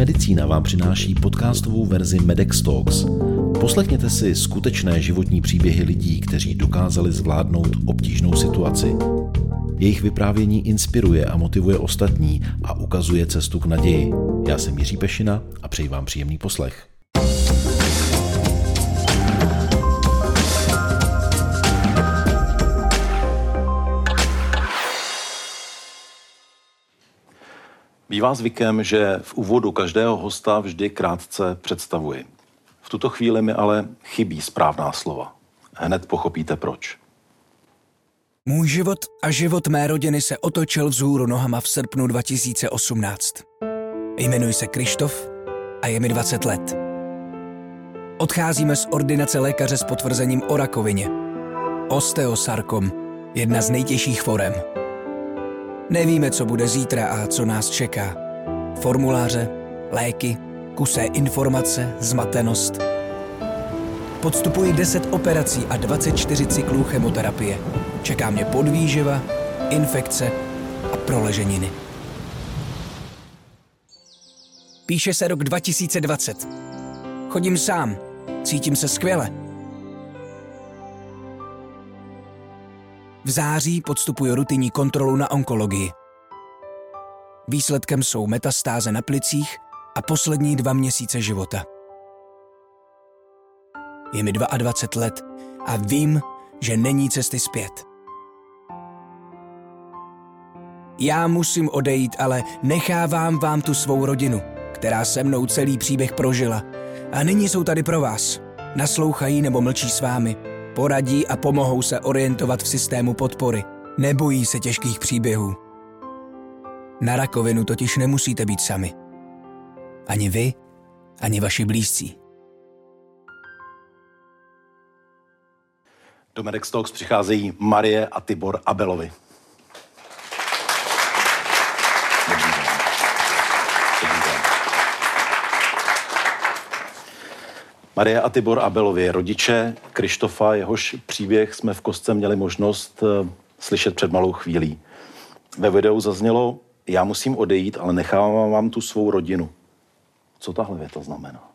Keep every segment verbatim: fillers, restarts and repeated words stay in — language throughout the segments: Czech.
Medicína vám přináší podcastovou verzi Medex Talks. Poslechněte si skutečné životní příběhy lidí, kteří dokázali zvládnout obtížnou situaci. Jejich vyprávění inspiruje a motivuje ostatní a ukazuje cestu k naději. Já jsem Jiří Pešina a přeji vám příjemný poslech. Bývá zvykem, že v úvodu každého hosta vždy krátce představuji. V tuto chvíli mi ale chybí správná slova. Hned pochopíte proč. Můj život a život mé rodiny se otočil vzhůru nohama v srpnu dva tisíce osmnáct. Jmenuji se Krištof a je mi dvacet let. Odcházíme z ordinace lékaře s potvrzením o rakovině. Osteosarkom, jedna z nejtěžších forem. Nevíme, co bude zítra a co nás čeká. Formuláře, léky, kusé informace, zmatenost. Podstupuji deset operací a dvacet čtyři cyklů chemoterapie. Čeká mě podvýživa, infekce a proleženiny. Píše se rok dva tisíce dvacet. Chodím sám, cítím se skvěle. V září podstupuji rutinní kontrolu na onkologii. Výsledkem jsou metastáze na plicích a poslední dva měsíce života. Je mi dvacet dva let a vím, že není cesty zpět. Já musím odejít, ale nechávám vám tu svou rodinu, která se mnou celý příběh prožila. A nyní jsou tady pro vás. Naslouchají nebo mlčí s vámi. Poradí a pomohou se orientovat v systému podpory. Nebojí se těžkých příběhů. Na rakovinu totiž nemusíte být sami. Ani vy, ani vaši blízcí. Do Medex Talks přicházejí Marie a Tibor Abelovi. Marie a Tibor Abelovi, rodiče Krištofa, jehož příběh jsme v kostce měli možnost uh, slyšet před malou chvílí. Ve videu zaznělo, já musím odejít, ale nechávám vám tu svou rodinu. Co tahle věta znamená?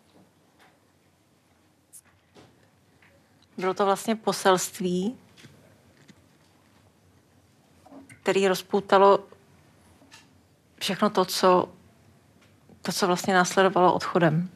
Bylo to vlastně poselství, které rozpoutalo všechno to, co, to, co vlastně následovalo odchodem.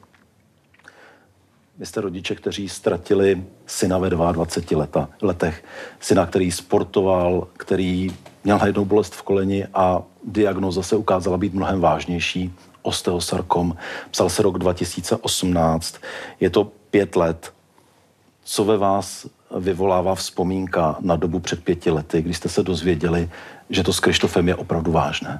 Vy jste rodiče, kteří ztratili syna ve dvaceti dvou letech. Syna, který sportoval, který měl najednou bolest v koleni a diagnóza se ukázala být mnohem vážnější. Osteosarkom. Psal se rok dva tisíce osmnáct. Je to pět let. Co ve vás vyvolává vzpomínka na dobu před pěti lety, když jste se dozvěděli, že to s Krištofem je opravdu vážné?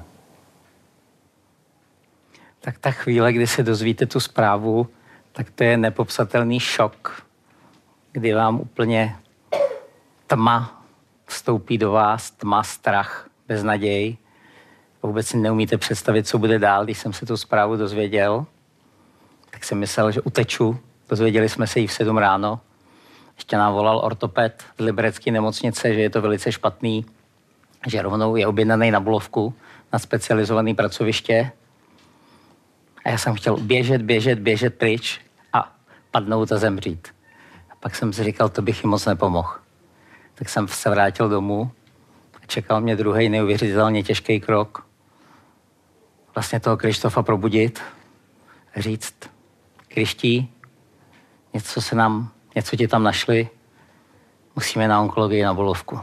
Tak ta chvíle, kdy se dozvíte tu zprávu, tak to je nepopsatelný šok, kdy vám úplně tma vstoupí do vás, tma, strach, beznaděj. Vůbec si neumíte představit, co bude dál. Když jsem se tu zprávu dozvěděl, tak jsem myslel, že uteču. Dozvěděli jsme se jí v sedm ráno. Ještě nám volal ortoped z liberecké nemocnice, že je to velice špatný, že rovnou je objednaný na Bulovku, na specializované pracoviště. A já jsem chtěl běžet, běžet, běžet pryč a padnout a zemřít. A pak jsem si říkal, to bych jim moc nepomohl. Tak jsem se vrátil domů a čekal mě druhý neuvěřitelně těžký krok. Vlastně toho Krištofa probudit a říct, Kriští, něco se nám, něco ti tam našli, musíme na onkologii na Bulovku.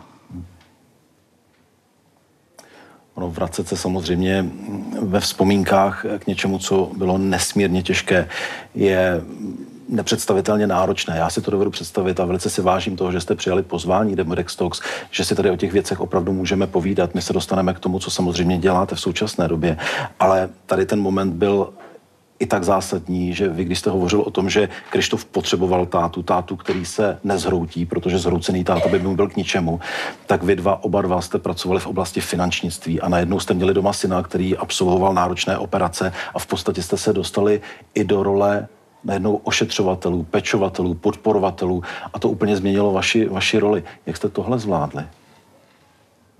Ono vracet se samozřejmě ve vzpomínkách k něčemu, co bylo nesmírně těžké, je nepředstavitelně náročné. Já si to dovedu představit a velice si vážím toho, že jste přijali pozvání do Medex Talks, že si tady o těch věcech opravdu můžeme povídat. My se dostaneme k tomu, co samozřejmě děláte v současné době, ale tady ten moment byl i tak zásadní, že vy, když jste hovořil o tom, že Krištof potřeboval tátu, tátu, který se nezhroutí, protože zhroucený táta by mu byl k ničemu, tak vy dva, oba dva jste pracovali v oblasti finančnictví a najednou jste měli doma syna, který absolvoval náročné operace a v podstatě jste se dostali i do role najednou ošetřovatelů, pečovatelů, podporovatelů a to úplně změnilo vaši, vaši roli. Jak jste tohle zvládli?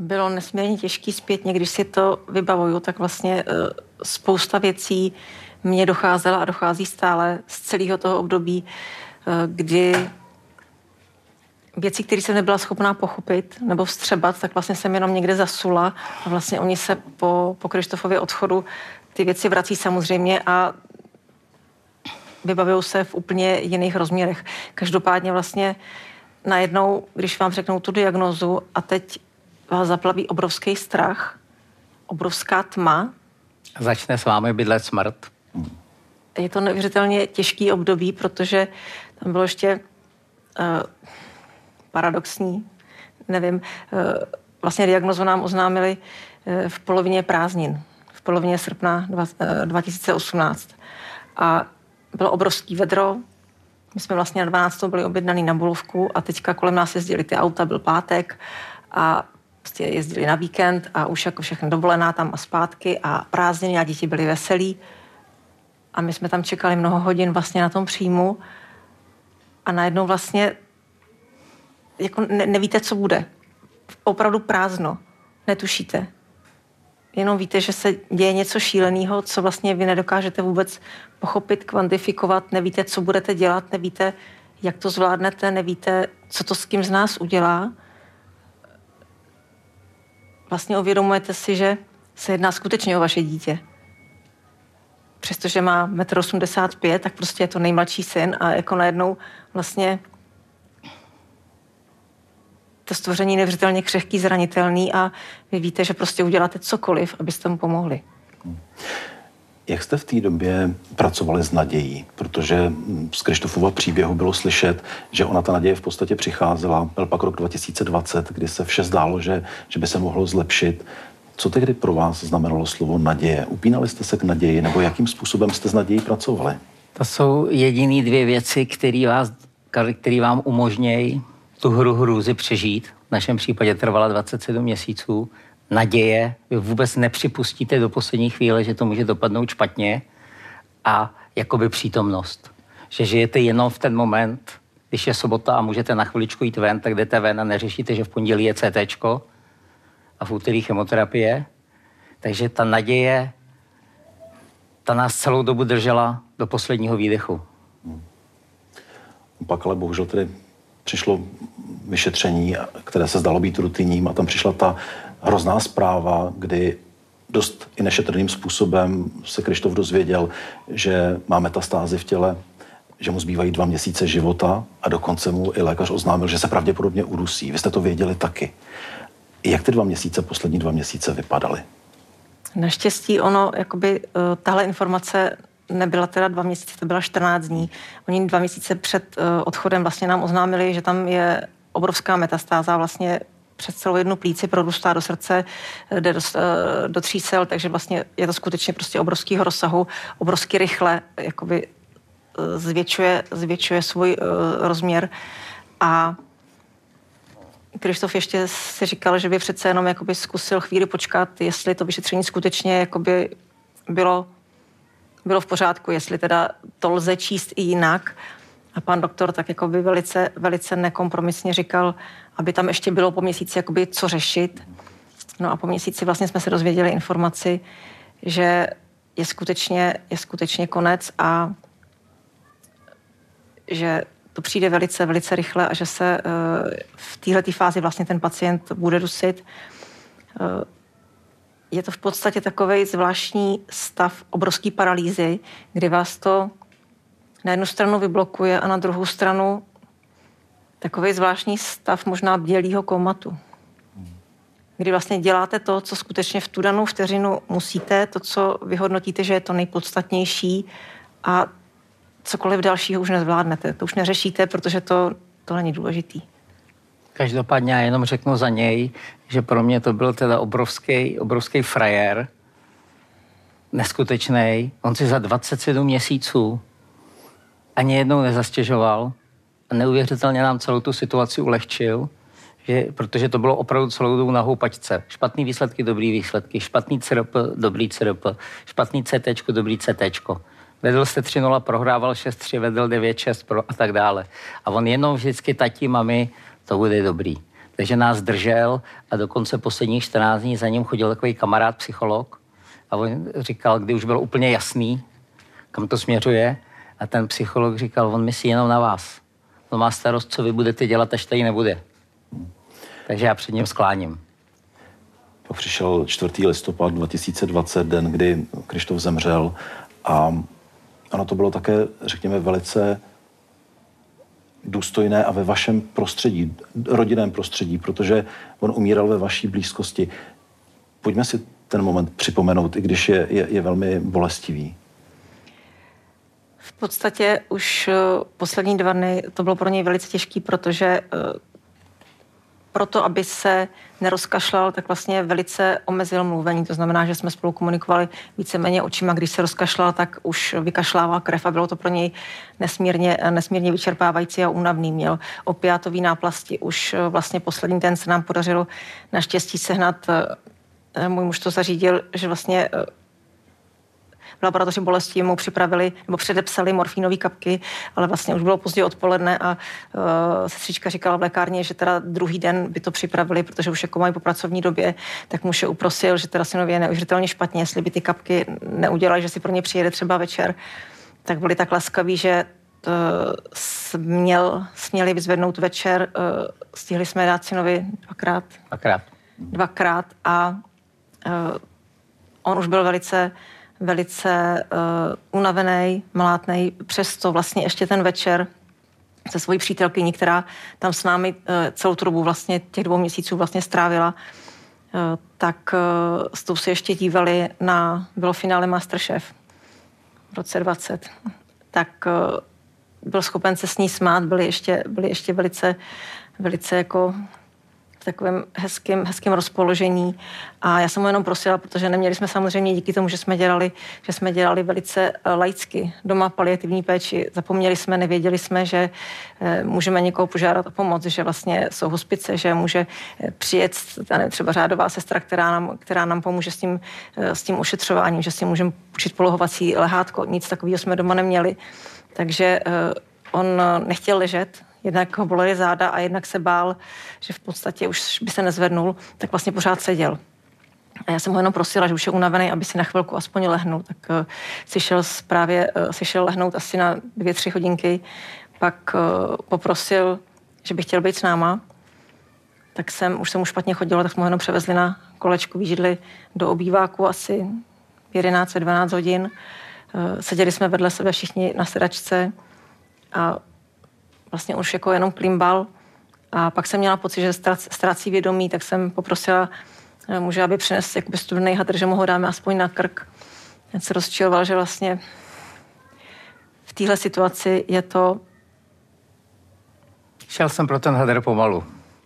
bylo nesmírně těžký zpětně, když si to vybavuju, tak vlastně uh, spousta věcí mě docházela a dochází stále z celého toho období, uh, kdy věci, které jsem nebyla schopná pochopit nebo vstřebat, tak vlastně jsem jenom někde zasula a vlastně oni se po, po Krištofově odchodu ty věci vrací samozřejmě a vybavují se v úplně jiných rozměrech. Každopádně vlastně najednou, když vám řeknou tu diagnózu a teď vás zaplaví obrovský strach, obrovská tma. Začne s vámi bydlet smrt. Je to neuvěřitelně těžký období, protože tam bylo ještě uh, paradoxní, nevím, uh, vlastně diagnózu nám oznámili uh, v polovině prázdnin, v polovině srpna dva tisíce osmnáct. A bylo obrovský vedro, my jsme vlastně na dvanáctou byli objednaný na Bulovku a teďka kolem nás jezdili ty auta, byl pátek a prostě jezdili na víkend a už jako všechno dovolená tam a zpátky a prázdniny a děti byly veselí. A my jsme tam čekali mnoho hodin vlastně na tom příjmu a najednou vlastně jako ne, nevíte, co bude. Opravdu prázdno. Netušíte. Jenom víte, že se děje něco šíleného, co vlastně vy nedokážete vůbec pochopit, kvantifikovat, nevíte, co budete dělat, nevíte, jak to zvládnete, nevíte, co to s kým z nás udělá. Vlastně uvědomujete si, že se jedná skutečně o vaše dítě. Přestože má metr osmdesát pět, tak prostě je to nejmladší syn a jako najednou vlastně to stvoření neuvěřitelně křehký, zranitelný a vy víte, že prostě uděláte cokoliv, abyste mu pomohli. Jak jste v té době pracovali s nadějí? Protože z Krištofova příběhu bylo slyšet, že ona ta naděje v podstatě přicházela. Byl pak rok dva tisíce dvacet, kdy se vše zdálo, že, že by se mohlo zlepšit. Co tehdy pro vás znamenalo slovo naděje? Upínali jste se k naději, nebo jakým způsobem jste s nadějí pracovali? To jsou jediné dvě věci, které vás, které vám umožnějí tu hru hrůzy přežít. V našem případě trvala dvacet sedm měsíců. Naděje, vy vůbec nepřipustíte do poslední chvíle, že to může dopadnout špatně a jakoby přítomnost. Že žijete jenom v ten moment, když je sobota a můžete na chviličku jít ven, tak jdete ven a neřešíte, že v pondělí je CTčko a v úterý chemoterapie. Takže ta naděje, ta nás celou dobu držela do posledního výdechu. Hmm. Pak ale bohužel tedy přišlo vyšetření, které se zdalo být rutinním a tam přišla ta hrozná zpráva, kdy dost i nešetrným způsobem se Krištof dozvěděl, že má metastázy v těle, že mu zbývají dva měsíce života a dokonce mu i lékař oznámil, že se pravděpodobně udusí. Vy jste to věděli taky. Jak ty dva měsíce, poslední dva měsíce vypadaly? Naštěstí ono, jakoby tahle informace nebyla teda dva měsíce, to byla čtrnáct dní. Oni dva měsíce před odchodem vlastně nám oznámili, že tam je obrovská metastáza, vlastně přes celou jednu plíci prorůstá do srdce, jde do, do třísel, takže vlastně je to skutečně prostě obrovského rozsahu, obrovsky rychle jakoby zvětšuje, zvětšuje svůj uh, rozměr a Krištof ještě si říkal, že by přece jenom jakoby zkusil chvíli počkat, jestli to vyšetření skutečně jakoby bylo, bylo v pořádku, jestli teda to lze číst i jinak. A pan doktor tak jakoby velice, velice nekompromisně říkal, aby tam ještě bylo po měsíci jakoby co řešit. No a po měsíci vlastně jsme se dozvěděli informaci, že je skutečně, je skutečně konec a že to přijde velice, velice rychle a že se uh, v této fázi vlastně ten pacient bude dusit. Uh, je to v podstatě takovej zvláštní stav obrovský paralýzy, kdy vás to na jednu stranu vyblokuje a na druhou stranu takovej zvláštní stav možná bdělýho komatu. Kdy vlastně děláte to, co skutečně v tu danou vteřinu musíte, to, co vyhodnotíte, že je to nejpodstatnější a cokoliv dalšího už nezvládnete. To už neřešíte, protože to, to není důležitý. Každopádně já jenom řeknu za něj, že pro mě to byl teda obrovský, obrovský frajer, neskutečnej. On si za dvacet sedm měsíců ani jednou nezastěžoval a neuvěřitelně nám celou tu situaci ulehčil, že, protože to bylo opravdu celou dobu na houpačce. Špatný výsledky, dobrý výsledky, špatný C R P, dobrý C R P, špatný C T, dobrý C T. Vedl jste tři nula, prohrával šest tři, vedl devět šest pro a tak dále. A on jenom vždycky, tati, mami, to bude dobrý. takže nás držel a dokonce posledních čtrnáct dní za ním chodil takový kamarád, psycholog a on říkal, kdy už bylo úplně jasný, kam to směřuje a ten psycholog říkal, on myslí jenom na vás. On má starost, co vy budete dělat, až tady nebude. Takže já před ním skláním. Pak přišel čtvrtého listopadu dva tisíce dvacet, den, kdy Kryštof zemřel a ono to bylo také, řekněme, velice důstojné a ve vašem prostředí, rodinném prostředí, protože on umíral ve vaší blízkosti. Pojďme si ten moment připomenout, i když je, je, je velmi bolestivý. V podstatě už poslední dva dny to bylo pro něj velice těžký, protože proto, aby se nerozkašlal, tak vlastně velice omezil mluvení. To znamená, že jsme spolu komunikovali víceméně očima. Když se rozkašlal, tak už vykašlával krev a bylo to pro něj nesmírně, nesmírně vyčerpávající a únavný. Měl opiátový náplasti. Už vlastně poslední den se nám podařilo naštěstí sehnat, můj muž to zařídil, že vlastně v laboratoři bolesti mu připravili nebo předepsali morfínové kapky, ale vlastně už bylo pozdě odpoledne a uh, sestřička říkala v lékárně, že teda druhý den by to připravili, protože už jako mají po pracovní době, tak muž je uprosil, že teda synově je neuvěřitelně špatně, jestli by ty kapky neudělali, že si pro ně přijede třeba večer, tak byli tak laskaví, že uh, směl, směli vyzvednout večer, uh, stihli jsme dát synovi dvakrát. Dvakrát. Dvakrát a uh, on už byl velice velice uh, unavený, mlátnej, přesto vlastně ještě ten večer se svojí přítelkyní, která tam s námi uh, celou tu dobu vlastně těch dvou měsíců vlastně strávila, uh, tak uh, s tou se ještě dívali na, bylo finále Masterchef v roce dvacet. Tak uh, byl schopen se s ní smát, byli ještě, byli ještě velice, velice jako v takovém hezkém, hezkém rozpoložení. A já jsem ho jenom prosila, protože neměli jsme samozřejmě díky tomu, že jsme dělali, že jsme dělali velice laicky doma paliativní péči. Zapomněli jsme, nevěděli jsme, že e, můžeme někoho požádat o pomoc, že vlastně jsou hospice, že může přijet nevím, třeba řádová sestra, která nám, která nám pomůže s tím, e, s tím ošetřováním, že si můžeme učit polohovací lehátko. Nic takového jsme doma neměli. Takže e, on nechtěl ležet, jednak ho bolely záda a jednak se bál, že v podstatě už by se nezvednul, tak vlastně pořád seděl. A já jsem ho jenom prosila, že už je unavený, aby si na chvilku aspoň lehnul. Tak uh, si šel právě, uh, si šel lehnout asi na dvě, tři hodinky, pak uh, poprosil, že by chtěl být s náma. Tak jsem, už jsem mu špatně chodila, tak jsme ho jenom převezli na kolečkový židli do obýváku asi jedenáct, dvanáct hodin. Uh, seděli jsme vedle sebe všichni na sedačce a vlastně už jako jenom klimbal a pak jsem měla pocit, že ztrácí vědomí, tak jsem poprosila muže, aby přinesl jakoby studený hadr, že mu ho dáme aspoň na krk. Ten se rozčiloval, že vlastně v téhle situaci je to... Šel jsem pro ten hadr pomalu.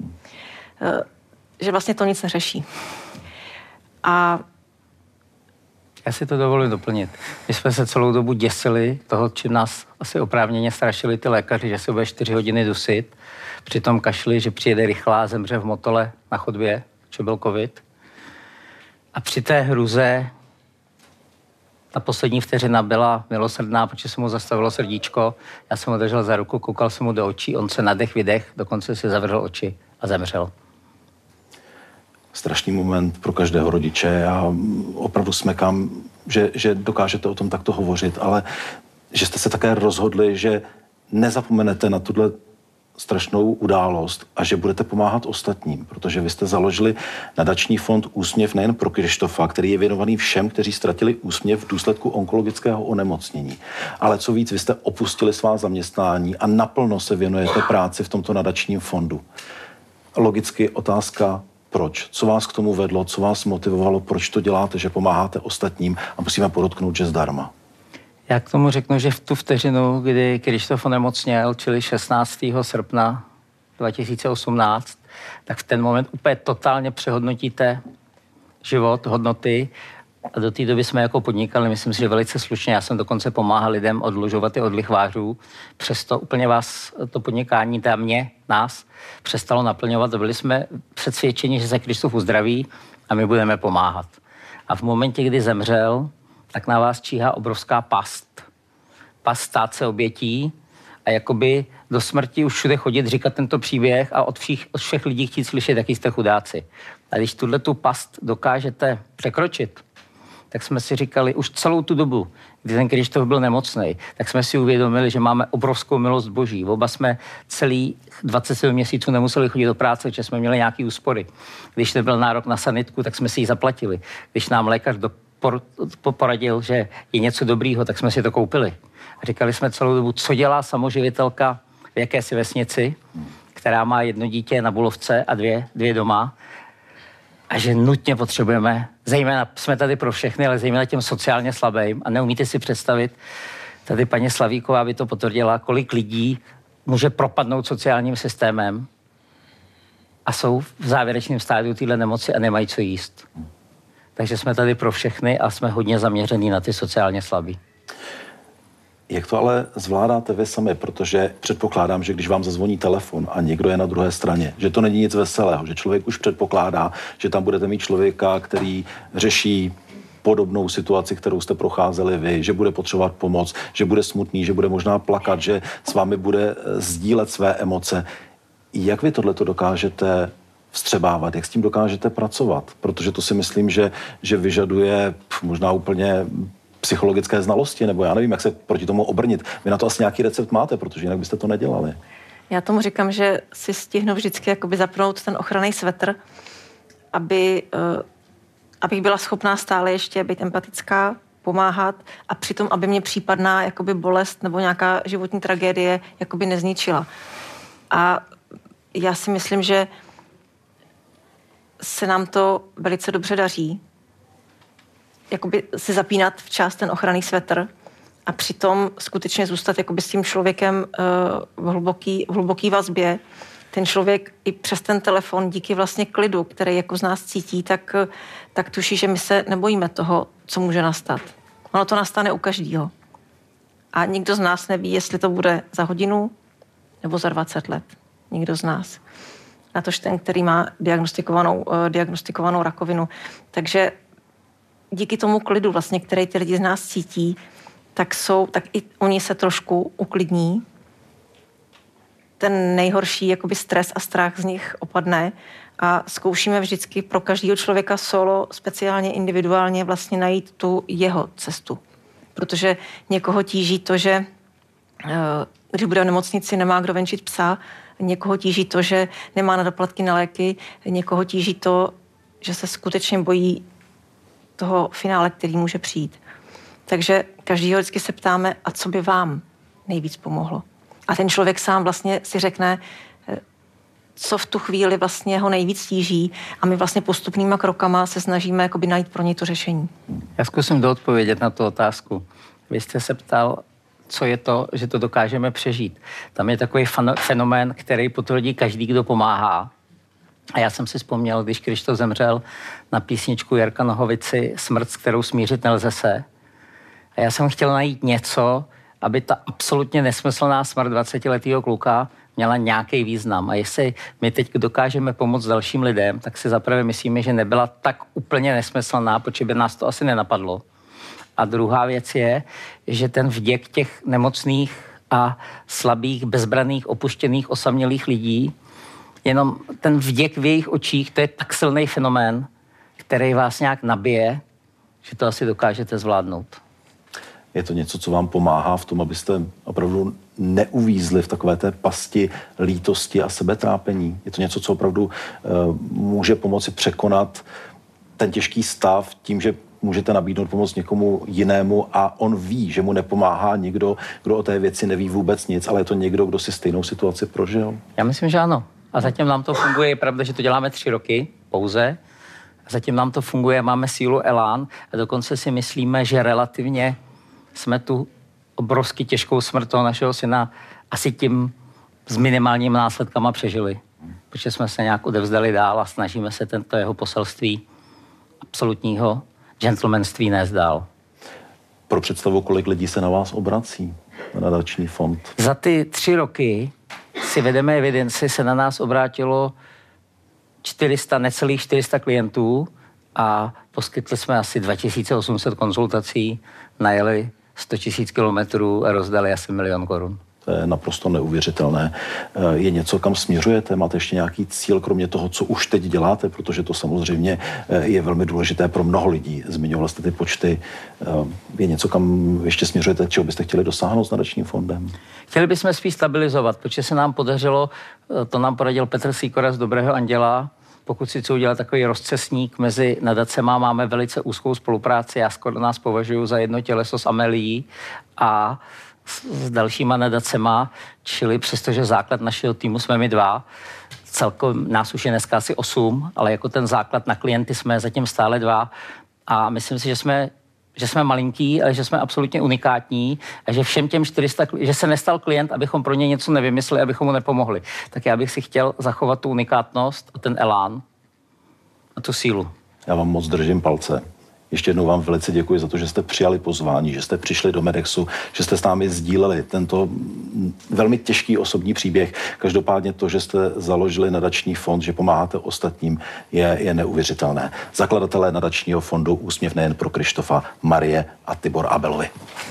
Že vlastně to nic neřeší. A já si to dovolím doplnit. My jsme se celou dobu děsili toho, čím nás asi oprávněně strašili ty lékaři, že se bude čtyři hodiny dusit. Přitom kašli, že přijede rychlá a zemře v Motole na chodbě, že byl covid. A při té hruze ta poslední vteřina byla milosrdná, protože se mu zastavilo srdíčko. Já jsem ho držel za ruku, koukal jsem mu do očí, on se nadech, vydech, dokonce si zavřel oči a zemřel. Strašný moment pro každého rodiče. Já opravdu smekám, že, že dokážete o tom takto hovořit, ale že jste se také rozhodli, že nezapomenete na tuhle strašnou událost a že budete pomáhat ostatním, protože vy jste založili nadační fond Úsměv nejen pro Kryštofa, který je věnovaný všem, kteří ztratili úsměv v důsledku onkologického onemocnění. Ale co víc, vy jste opustili svá zaměstnání a naplno se věnujete práci v tomto nadačním fondu. Logicky otázka, proč? Co vás k tomu vedlo? Co vás motivovalo? Proč to děláte, že pomáháte ostatním? A musíme podotknout, že zdarma. Já k tomu řeknu, že v tu vteřinu, kdy Kryštof onemocněl, čili šestnáctého srpna dva tisíce osmnáct, tak v ten moment úplně totálně přehodnotíte život, hodnoty. A do té doby jsme jako podnikali, myslím si, že velice slušně. Já jsem dokonce pomáhal lidem odlužovat i od lichvářů. Přesto úplně vás to podnikání, teda mě, nás, přestalo naplňovat. Byli jsme přesvědčeni, že se Kryštof uzdraví a my budeme pomáhat. A v momentě, kdy zemřel, tak na vás číhá obrovská past. Past stát se obětí a jakoby do smrti už všude chodit, říkat tento příběh a od všech, od všech lidí chtít slyšet, jaký jste chudáci. A když tuhle tu past dokážete překročit, tak jsme si říkali už celou tu dobu, kdy ten Krištof byl nemocný, tak jsme si uvědomili, že máme obrovskou milost Boží. Oba jsme celý dvacet sedm měsíců nemuseli chodit do práce, protože jsme měli nějaký úspory. Když nebyl nárok na sanitku, tak jsme si ji zaplatili. Když nám lékař dopor, poradil, že je něco dobrýho, tak jsme si to koupili. A říkali jsme celou dobu, co dělá samoživitelka v jakési vesnici, která má jedno dítě na Bulovce a dvě, dvě doma, a že nutně potřebujeme, zejména jsme tady pro všechny, ale zejména těm sociálně slabým, a neumíte si představit, tady paní Slavíková by to potvrdila, kolik lidí může propadnout sociálním systémem a jsou v závěrečném stádiu téhle nemoci a nemají co jíst. Takže jsme tady pro všechny a jsme hodně zaměření na ty sociálně slabí. Jak to ale zvládáte vy sami, protože předpokládám, že když vám zazvoní telefon a někdo je na druhé straně, že to není nic veselého, že člověk už předpokládá, že tam budete mít člověka, který řeší podobnou situaci, kterou jste procházeli vy, že bude potřebovat pomoc, že bude smutný, že bude možná plakat, že s vámi bude sdílet své emoce. Jak vy tohleto dokážete vstřebávat, jak s tím dokážete pracovat? Protože to si myslím, že, že vyžaduje možná úplně psychologické znalosti, nebo já nevím, jak se proti tomu obrnit. Vy na to asi nějaký recept máte, protože jinak byste to nedělali. Já tomu říkám, že si stihnu vždycky jakoby zapnout ten ochranný svetr, aby, uh, abych byla schopná stále ještě být empatická, pomáhat a přitom, aby mě případná jakoby bolest nebo nějaká životní tragédie jakoby nezničila. A já si myslím, že se nám to velice dobře daří, jakoby si zapínat včas ten ochranný svetr a přitom skutečně zůstat jakoby s tím člověkem uh, v, hluboký, v hluboký vazbě. Ten člověk i přes ten telefon, díky vlastně klidu, který jako z nás cítí, tak, tak tuší, že my se nebojíme toho, co může nastat. Ono to nastane u každého. A nikdo z nás neví, jestli to bude za hodinu nebo za dvacet let. Nikdo z nás. Natož ten, který má diagnostikovanou, uh, diagnostikovanou rakovinu. Takže díky tomu klidu, vlastně, který ty lidi z nás cítí, tak, jsou, tak i oni se trošku uklidní. Ten nejhorší jakoby stres a strach z nich opadne a zkoušíme vždycky pro každého člověka solo, speciálně individuálně vlastně najít tu jeho cestu. Protože někoho tíží to, že když bude v nemocnici, nemá kdo venčit psa, někoho tíží to, že nemá na doplatky na léky, někoho tíží to, že se skutečně bojí toho finále, který může přijít. Takže každýho vždycky se ptáme, a co by vám nejvíc pomohlo. A ten člověk sám vlastně si řekne, co v tu chvíli vlastně ho nejvíc tíží a my vlastně postupnýma krokama se snažíme jakoby najít pro něj to řešení. Já zkusím doodpovědět na tu otázku. Vy jste se ptal, co je to, že to dokážeme přežít. Tam je takový fenomén, který potvrdí každý, kdo pomáhá. A já jsem si vzpomněl, když Krištof zemřel, na písničku Jirka Nohovici Smrt, s kterou smířit nelze se. A já jsem chtěl najít něco, aby ta absolutně nesmyslná smrt dvacetiletého kluka měla nějaký význam. A jestli my teď dokážeme pomoct dalším lidem, tak si zaprvé myslíme, že nebyla tak úplně nesmyslná, protože by nás to asi nenapadlo. A druhá věc je, že ten vděk těch nemocných a slabých, bezbranných, opuštěných, osamělých lidí, jenom ten vděk v jejich očích, to je tak silný fenomén, který vás nějak nabije, že to asi dokážete zvládnout. Je to něco, co vám pomáhá v tom, abyste opravdu neuvízli v takové té pasti lítosti a sebetrápení? Je to něco, co opravdu uh, může pomoci překonat ten těžký stav tím, že můžete nabídnout pomoc někomu jinému a on ví, že mu nepomáhá někdo, kdo o té věci neví vůbec nic, ale je to někdo, kdo si stejnou situaci prožil? Já myslím, že ano. A zatím nám to funguje. Je pravda, že to děláme tři roky pouze. Zatím nám to funguje, máme sílu elán a dokonce si myslíme, že relativně jsme tu obrovsky těžkou smrt toho našeho syna asi tím s minimálními následkama přežili. Protože jsme se nějak odevzdali dál a snažíme se tento jeho poselství absolutního gentlemanství nést dál. Pro představu, kolik lidí se na vás obrací, na nadační fond? Za ty tři roky si vedeme evidenci, se na nás obrátilo čtyři sta, necelých čtyři sta klientů a poskytli jsme asi dva tisíce osm set konzultací, najeli sto tisíc kilometrů a rozdali asi milion korun. To je naprosto neuvěřitelné. Je něco, kam směřujete? Máte ještě nějaký cíl, kromě toho, co už teď děláte? Protože to samozřejmě je velmi důležité pro mnoho lidí. Zmiňoval jste ty počty. Je něco, kam ještě směřujete, čeho byste chtěli dosáhnout s nadačním fondem? Chtěli bychom spíš stabilizovat, protože se nám podařilo, to nám poradil Petr Sýkora z Dobrého anděla, pokud si chci udělat takový rozcestník mezi nadacema, máme velice úzkou spolupráci, já skoro nás považuji za jedno těleso s Amelií a s dalšíma nadacema, čili přestože základ našeho týmu jsme my dva, celkově nás už je dneska asi osm, ale jako ten základ na klienty jsme zatím stále dva a myslím si, že jsme že jsme malinký, ale že jsme absolutně unikátní a že všem těm čtyři sta, že se nestal klient, abychom pro ně něco nevymysleli, abychom mu nepomohli. Tak já bych si chtěl zachovat tu unikátnost a ten elán a tu sílu. Já vám moc držím palce. Ještě jednou vám velice děkuji za to, že jste přijali pozvání, že jste přišli do Medexu, že jste s námi sdíleli tento velmi těžký osobní příběh. Každopádně to, že jste založili nadační fond, že pomáháte ostatním, je, je neuvěřitelné. Zakladatelé nadačního fondu Úsměv nejen pro Krištofa, Marie a Tibor Abelovi.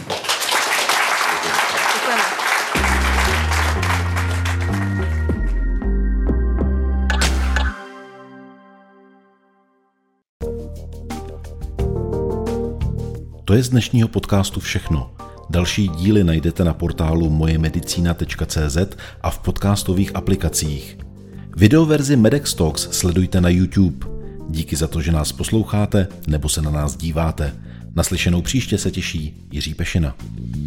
To je z dnešního podcastu všechno. Další díly najdete na portálu moje medicína tečka cé zet a v podcastových aplikacích. Videoverzi Medex Talks sledujte na YouTube. Díky za to, že nás posloucháte nebo se na nás díváte. Naslyšenou příště se těší Jiří Pešina.